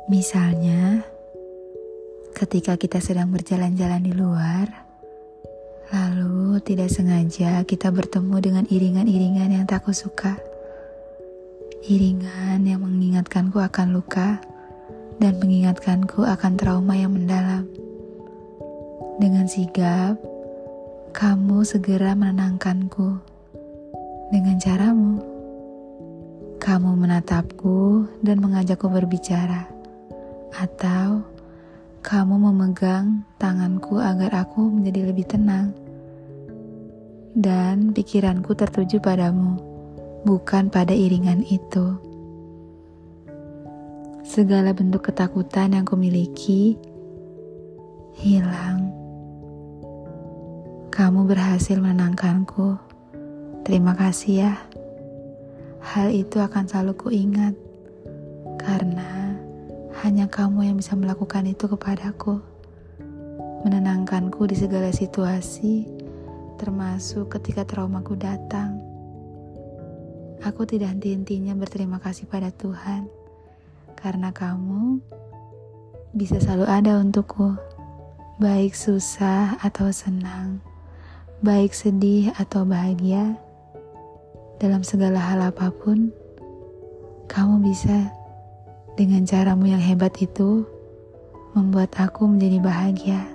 Misalnya, ketika kita sedang berjalan-jalan di luar, lalu tidak sengaja kita bertemu dengan iringan-iringan yang tak kusuka. Iringan yang mengingatkanku akan luka dan mengingatkanku akan trauma yang mendalam. Dengan sigap, kamu segera menenangkanku. Dengan caramu, kamu menatapku dan mengajakku berbicara. Atau kamu memegang tanganku agar aku menjadi lebih tenang. Dan pikiranku tertuju padamu, bukan pada iringan itu. Segala bentuk ketakutan yang kumiliki hilang. Kamu berhasil menenangkanku. Terima kasih ya. Hal itu akan selalu kuingat, karena hanya kamu yang bisa melakukan itu kepadaku. Menenangkanku di segala situasi, termasuk ketika traumaku datang. Aku tidak henti-hentinya berterima kasih pada Tuhan, karena kamu bisa selalu ada untukku, baik susah atau senang, baik sedih atau bahagia. Dalam segala hal apapun, kamu bisa dengan caramu yang hebat itu membuat aku menjadi bahagia.